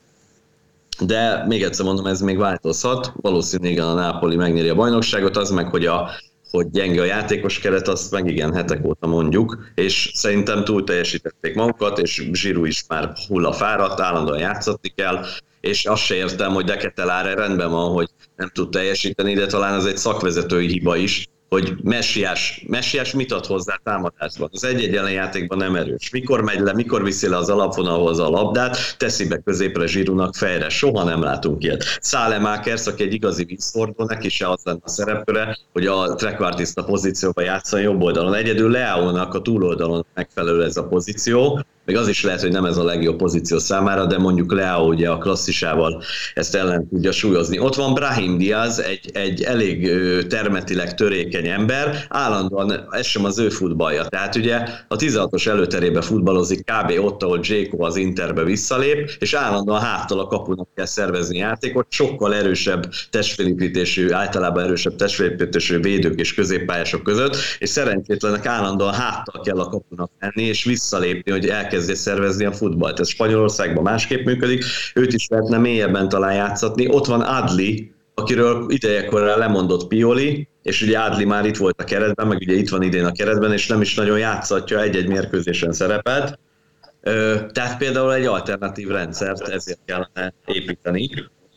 De még egyszer mondom, ez még változhat. Valószínűleg a Napoli megnyeri a bajnokságot, az meg, hogy gyenge a játékos keret, azt meg igen, hetek óta mondjuk, és szerintem túl teljesítették magukat, és Giroud is már hullafáradt, állandóan játszatni kell, és azt se értem, hogy De Ketelaere rendben van, hogy nem tud teljesíteni, de talán ez egy szakvezetői hiba is, hogy Messiás mit ad hozzá támadásban. Az egy játékban nem erős. Mikor megy le, mikor viszi le az alapvonalhoz a labdát, teszi be középre Giroudnak fejre. Soha nem látunk ilyet. Saelemaekers, aki egy igazi vízforduló, neki se az lenne a szerepköre, hogy a trequartista pozícióban játszani jobb oldalon. Egyedül Leao-nak a túloldalon megfelelő ez a pozíció, még az is lehet, hogy nem ez a legjobb pozíció számára, de mondjuk Leao ugye a klasszisával ezt ellen tudja súlyozni. Ott van Brahim Diaz, egy elég termetileg törékeny ember, állandóan ez sem az ő futballja. Tehát ugye a 16-os előterébe futballozik kb. Ott, ahol Dzeko az Interbe visszalép, és állandóan háttal a kapunak kell szervezni játékot, sokkal erősebb testfelépítésű, általában erősebb testfelépítésű védők és középpályások között, és szerencsétlenek állandóan háttal kell a kapunak menni, és visszalépni, hogy elkezdje szervezni a futballt. Ez Spanyolországban másképp működik, őt is lehetne mélyebben talán játszatni. Ott van Adli, akiről idejekorra lemondott Pioli, és ugye Adli már itt volt a keretben, meg ugye itt van idén a keretben, és nem is nagyon játszatja, egy-egy mérkőzésen szerepelt. Tehát például egy alternatív rendszert ezért kellene építeni.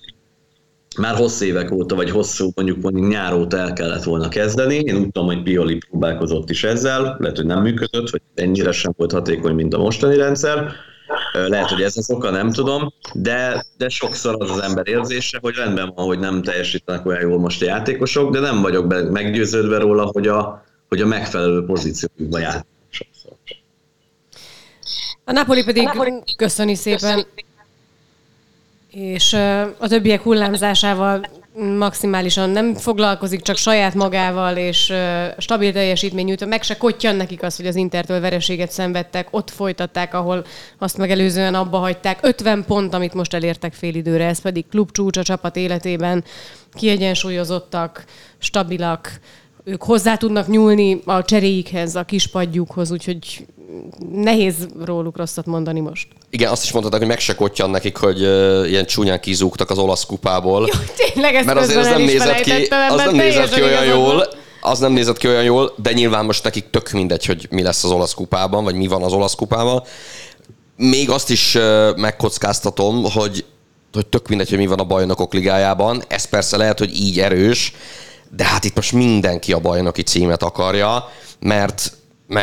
Már hosszú évek óta, vagy mondjuk nyár óta el kellett volna kezdeni. Én úgy tudom, hogy Pioli próbálkozott is ezzel, lehet, hogy nem működött, vagy ennyire sem volt hatékony, mint a mostani rendszer. Lehet, hogy ez az oka, nem tudom, de sokszor az ember érzése, hogy rendben van, hogy nem teljesítenek olyan jól most a játékosok, de nem vagyok meggyőződve róla, hogy a megfelelő pozíciójukba játszanak sokszor. A Napoli pedig köszöni szépen, és a többiek hullámzásával maximálisan nem foglalkozik, csak saját magával, és stabil teljesítmény nyújt. Meg se kottyan nekik az, hogy az Intertől vereséget szenvedtek, ott folytatták, ahol azt megelőzően abba hagyták. 50 pont, amit most elértek félidőre, ez pedig klubcsúcs a csapat életében. Kiegyensúlyozottak, stabilak, ők hozzá tudnak nyúlni a cseréikhez, a kispadjukhoz, úgyhogy nehéz róluk rosszat mondani most. Igen, azt is mondhatnak, hogy meg se kottyan nekik, hogy ilyen csúnyán kizúgtak az olasz kupából. Jó, tényleg ezt mert azért az nem nézett ki olyan jól, de nyilván most nekik tök mindegy, hogy mi lesz az olasz kupában, vagy mi van az olasz kupában. Még azt is megkockáztatom, hogy tök mindegy, hogy mi van a bajnokok ligájában. Ez persze lehet, hogy így erős, de hát itt most mindenki a bajnoki címet akarja, mert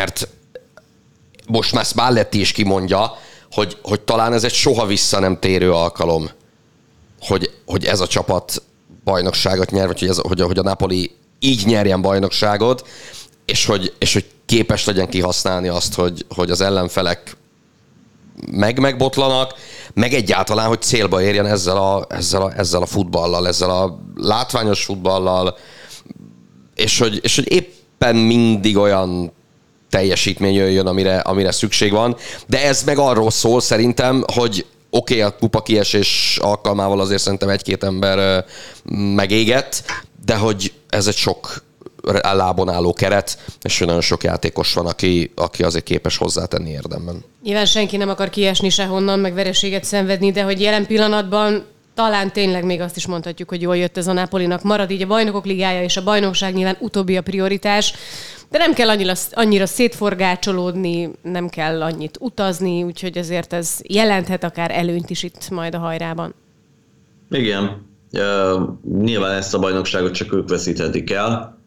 most már Spalletti is kimondja, hogy talán ez egy soha vissza nem térő alkalom, hogy ez a csapat bajnokságot nyer, vagy hogy a Napoli így nyerjen bajnokságot, és hogy képes legyen kihasználni azt, hogy az ellenfelek megbotlanak, meg egyáltalán, hogy célba érjen ezzel a futballal, ezzel a látványos futballal, és hogy éppen mindig olyan teljesítmény jöjjön, amire szükség van. De ez meg arról szól szerintem, hogy oké, a kupa kiesés alkalmával azért szerintem egy-két ember megégett, de hogy ez egy sok lábon álló keret, és nagyon sok játékos van, aki azért képes hozzátenni érdemben. Nyilván senki nem akar kiesni sehonnan, meg vereséget szenvedni, de hogy jelen pillanatban talán tényleg még azt is mondhatjuk, hogy jól jött ez a Napolinak. Marad így a Bajnokok Ligája és a bajnokság, nyilván utóbbi a prioritás, de nem kell annyira szétforgácsolódni, nem kell annyit utazni, úgyhogy ezért ez jelenthet akár előnyt is itt majd a hajrában. Igen. Nyilván ezt a bajnokságot csak ők veszíthetik el.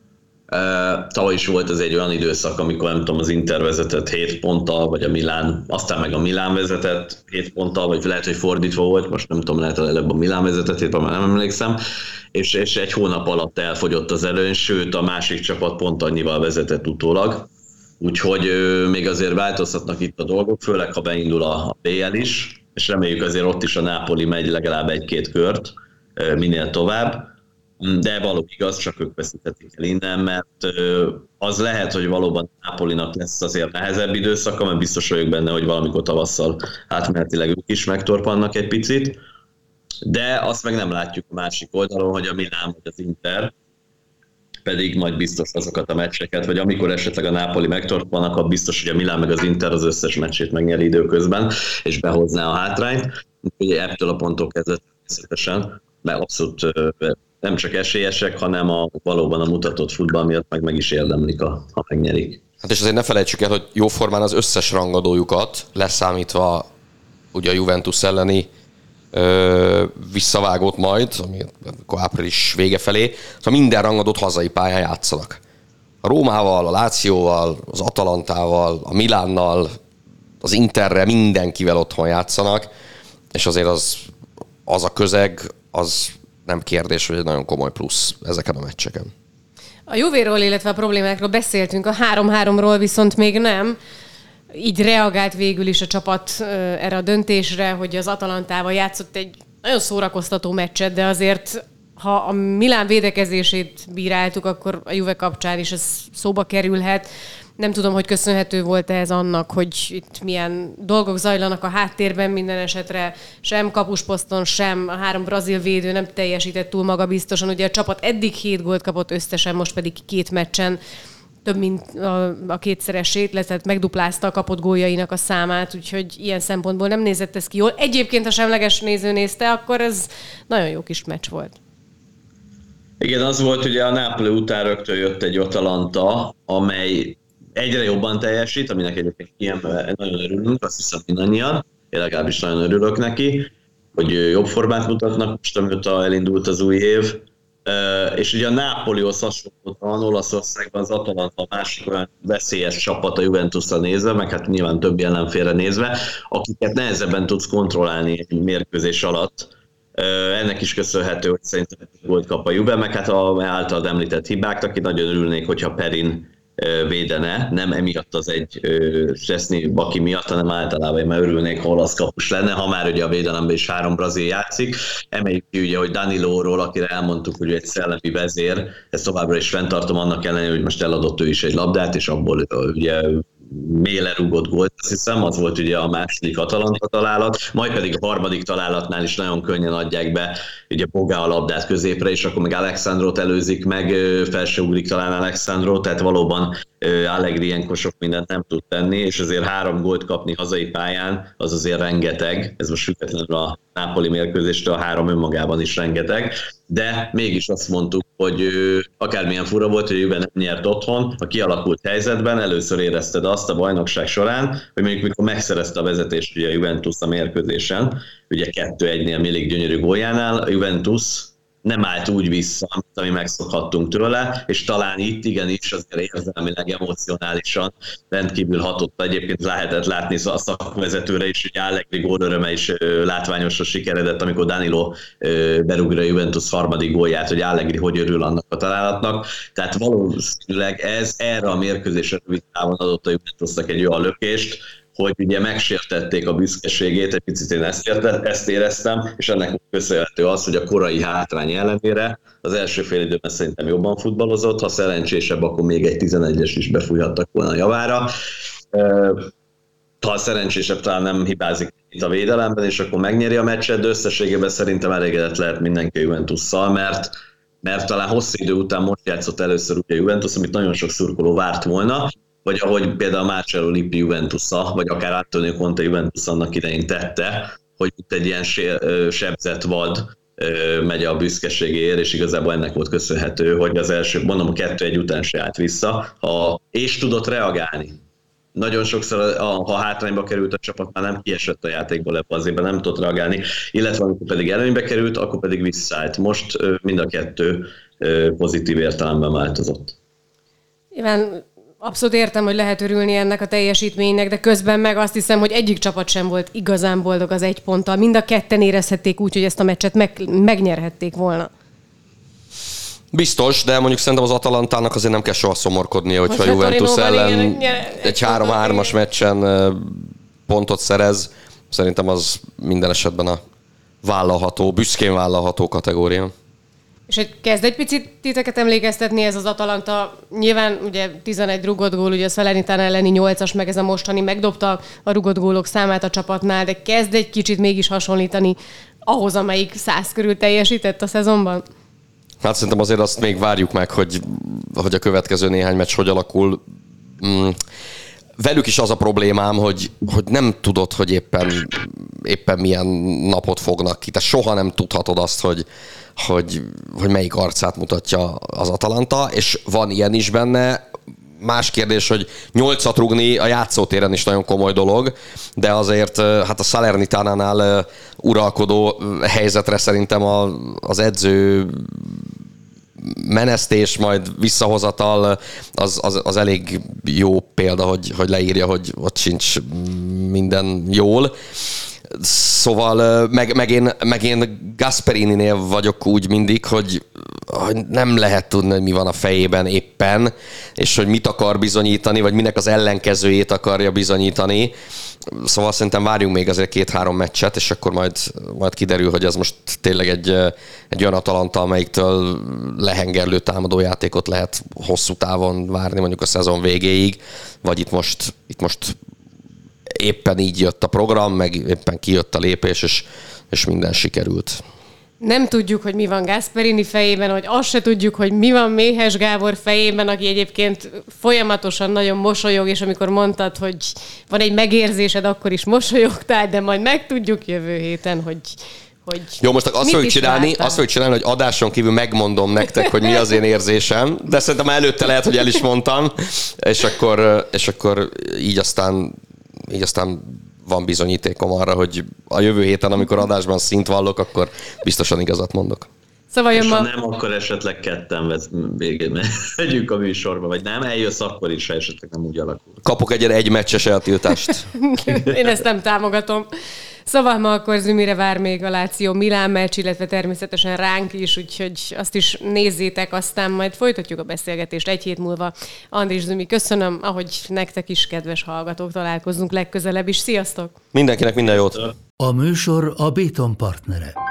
Tavaly is volt ez egy olyan időszak, amikor nem tudom, az Inter vezetett 7 ponttal, vagy a Milán, aztán meg a Milán vezetett 7 ponttal, vagy lehet, hogy fordítva volt, most nem tudom, lehet, hogy előbb a Milán vezetett 7 ponttal, nem emlékszem, és egy hónap alatt elfogyott az előny, sőt a másik csapat pont annyival vezetett utólag. Úgyhogy még azért változhatnak itt a dolgok, főleg ha beindul a BL is, és reméljük azért ott is a Napoli megy legalább 1-2 kört minél tovább. De való igaz, csak ők veszíthetik el innen, mert az lehet, hogy valóban Napolinak lesz azért nehezebb időszaka, mert biztos vagyok benne, hogy valamikor tavasszal átmenetileg ők is megtorpannak egy picit, de azt meg nem látjuk a másik oldalon, hogy a Milán vagy az Inter pedig majd biztos azokat a meccseket, vagy amikor esetleg a Napoli megtorpannak, akkor biztos, hogy a Milán meg az Inter az összes meccsét megnyeri időközben, és behozná a hátrányt. Úgyhogy ettől a ponttól kezdve természetesen, mert abszolút nem csak esélyesek, hanem valóban a mutatott futball miatt meg is érdemlik, ha megnyerik. Hát és azért ne felejtsük el, hogy jóformán az összes rangadójukat, leszámítva ugye a Juventus elleni visszavágót majd, amikor április vége felé, szóval minden rangadót hazai pályán játszanak. A Rómával, a Lációval, az Atalantával, a Milánnal, az Interrel, mindenkivel otthon játszanak, és azért az a közeg, az nem kérdés, hogy egy nagyon komoly plusz ezeken a meccseken. A Juvéról, illetve a problémákról beszéltünk, a 3-3-ról viszont még nem. Így reagált végül is a csapat erre a döntésre, hogy az Atalantával játszott egy nagyon szórakoztató meccset, de azért, ha a Milán védekezését bíráltuk, akkor a Juve kapcsán is ez szóba kerülhet. Nem tudom, hogy köszönhető volt ez annak, hogy itt milyen dolgok zajlanak a háttérben, minden esetre sem kapusposzton, sem a 3 brazil védő nem teljesített túl magabiztosan. Ugye a csapat eddig 7 gólt kapott összesen, most pedig 2 meccsen több mint a kétszeresét, tehát megduplázta a kapott góljainak a számát, úgyhogy ilyen szempontból nem nézett ez ki jól. Egyébként, ha semleges néző nézte, akkor ez nagyon jó kis meccs volt. Igen, az volt, ugye a Napoli után rögtön jött egy Atalanta, amely egyre jobban teljesít, aminek egyébként nagyon örülünk, azt hiszem mindannyian, én legalábbis nagyon örülök neki, hogy jobb formát mutatnak most, amióta elindult az új év. És ugye a Napolihoz hasonlóan Olaszországban az Atalanta a másik olyan veszélyes csapat a Juventusra nézve, meg hát nyilván több ellenfélre nézve, akiket nehezebben tudsz kontrollálni egy mérkőzés alatt. Ennek is köszönhető, hogy szerintem gólt kap a Juve, meg hát a általad említett hibák, aki nagyon örülnék, hogyha Perin védene, nem emiatt az egy Szczesny Baki miatt, hanem általában, mert örülnék, ha olasz kapus lenne, ha már ugye a védelemben is 3 brazil játszik. Emeljük ki ugye, hogy Danilóról, akire elmondtuk, hogy egy szellemi vezér, ezt továbbra is fenntartom annak ellenére, hogy most eladott ő is egy labdát, és abból ugye mélyre rúgott gólt, azt hiszem, az volt ugye a második Atalanta találat, majd pedig a harmadik találatnál is nagyon könnyen adják be ugye Bogá a labdát középre, és akkor meg Alexandrót előzik meg, fel se ugrik talán Alexandró, tehát valóban Allegri ilyenkor sok mindent nem tud tenni, és azért 3 gólt kapni hazai pályán, az azért rengeteg, ez most függetlenül a Napoli mérkőzéstől, a 3 önmagában is rengeteg, de mégis azt mondtuk, hogy akármilyen fura volt, hogy a Juve nem nyert otthon, a kialakult helyzetben először érezted azt a bajnokság során, hogy mondjuk mikor megszerezte a vezetést ugye a Juventus a mérkőzésen, ugye 2-1-nél Milik gyönyörű góljánál, a Juventus nem állt úgy vissza, amit ami megszokhattunk tőle, és talán itt igenis azért érzelmileg, emocionálisan rendkívül hatott. Egyébként lehetett látni a szakvezetőre is, hogy Allegri gólöröme is látványosra sikeredett, amikor Danilo berúgja a Juventus harmadik gólját, hogy Allegri hogy örül annak a találatnak. Tehát valószínűleg ez erre a mérkőzésre rövid távon adott a Juventusnak egy olyan lökést, hogy ugye megsértették a büszkeségét, egy picit én ezt éreztem, és ennek köszönhető az, hogy a korai hátrány ellenére az első fél időben szerintem jobban futballozott, ha szerencsésebb, akkor még egy 11-es is befújhattak volna a javára. Ha szerencsésebb, talán nem hibázik itt a védelemben, és akkor megnyeri a meccset, de összességében szerintem elégedett lehet mindenki a Juventusszal, mert talán hosszú idő után most játszott először ugye a Juventus, amit nagyon sok szurkoló várt volna, vagy ahogy például Marcello Lippi Juventusa, vagy akár Antonio Conte Juventus annak idején tette, hogy itt egy ilyen sebzett vad megy a büszkeségéért, és igazából ennek volt köszönhető, hogy az első, mondom, a 2-1 után se állt vissza, és tudott reagálni. Nagyon sokszor, ha hátrányba került a csapat, már nem kiesett a játékból ebbe az évben, nem tudott reagálni, illetve amikor pedig előnybe került, akkor pedig visszaállt. Most mind a kettő pozitív értelemben változott. Nyilván abszolút értem, hogy lehet örülni ennek a teljesítménynek, de közben meg azt hiszem, hogy egyik csapat sem volt igazán boldog az 1 ponttal. Mind a ketten érezhették úgy, hogy ezt a meccset megnyerhették volna. Biztos, de mondjuk szerintem az Atalantának azért nem kell soha szomorkodnia, hogyha Juventus ellen egy 3-3-as meccsen pontot szerez. Szerintem az minden esetben a vállalható, büszkén vállalható kategória. És hogy kezd egy picit titeket emlékeztetni ez az Atalanta, nyilván ugye 11 rugott gól, ugye a Salernitana elleni 8-as, meg ez a mostani megdobta a rugott gólok számát a csapatnál, de kezd egy kicsit mégis hasonlítani ahhoz, amelyik 100 körül teljesített a szezonban? Hát szerintem azért azt még várjuk meg, hogy a következő néhány meccs hogy alakul. Velük is az a problémám, hogy nem tudod, hogy éppen milyen napot fognak ki. Tehát soha nem tudhatod azt, hogy melyik arcát mutatja az Atalanta, és van ilyen is benne. Más kérdés, hogy 8-at rúgni a játszótéren is nagyon komoly dolog, de azért hát a Salernitánánál uralkodó helyzetre szerintem az edző menesztés, majd visszahozatal az elég jó példa, hogy leírja, hogy ott sincs minden jól. Szóval meg én Gasperininél vagyok úgy mindig, hogy nem lehet tudni, hogy mi van a fejében éppen, és hogy mit akar bizonyítani, vagy minek az ellenkezőjét akarja bizonyítani. Szóval szerintem várjunk még azért 2-3 meccset, és akkor majd kiderül, hogy ez most tényleg egy olyan Atalanta, amelyiktől lehengerlő támadójátékot lehet hosszú távon várni, mondjuk a szezon végéig, vagy itt most éppen így jött a program, meg éppen kijött a lépés, és minden sikerült. Nem tudjuk, hogy mi van Gasperini fejében, hogy azt se tudjuk, hogy mi van Méhes Gábor fejében, aki egyébként folyamatosan nagyon mosolyog, és amikor mondtad, hogy van egy megérzésed, akkor is mosolyogtál, de majd megtudjuk jövő héten, hogy jó, most azt fogjuk csinálni, hogy adáson kívül megmondom nektek, hogy mi az én érzésem, de szerintem előtte lehet, hogy el is mondtam, és akkor így aztán van bizonyítékom arra, hogy a jövő héten, amikor adásban szint vallok, akkor biztosan igazat mondok. Szóval és ha nem, akkor esetleg ketten végén megyünk a műsorba, vagy nem, eljössz akkor is, ha esetleg nem úgy alakul. Kapok egy meccses eltiltást. Én ezt nem támogatom. Szóval ma akkor Zümire vár még a Láció Milán meccs, illetve természetesen ránk is, úgyhogy azt is nézzétek, aztán majd folytatjuk a beszélgetést 1 hét múlva. Andris, Zümi, köszönöm, ahogy nektek is, kedves hallgatók, találkozzunk legközelebb is. Sziasztok! Mindenkinek minden jót! A műsor a Béton partnere.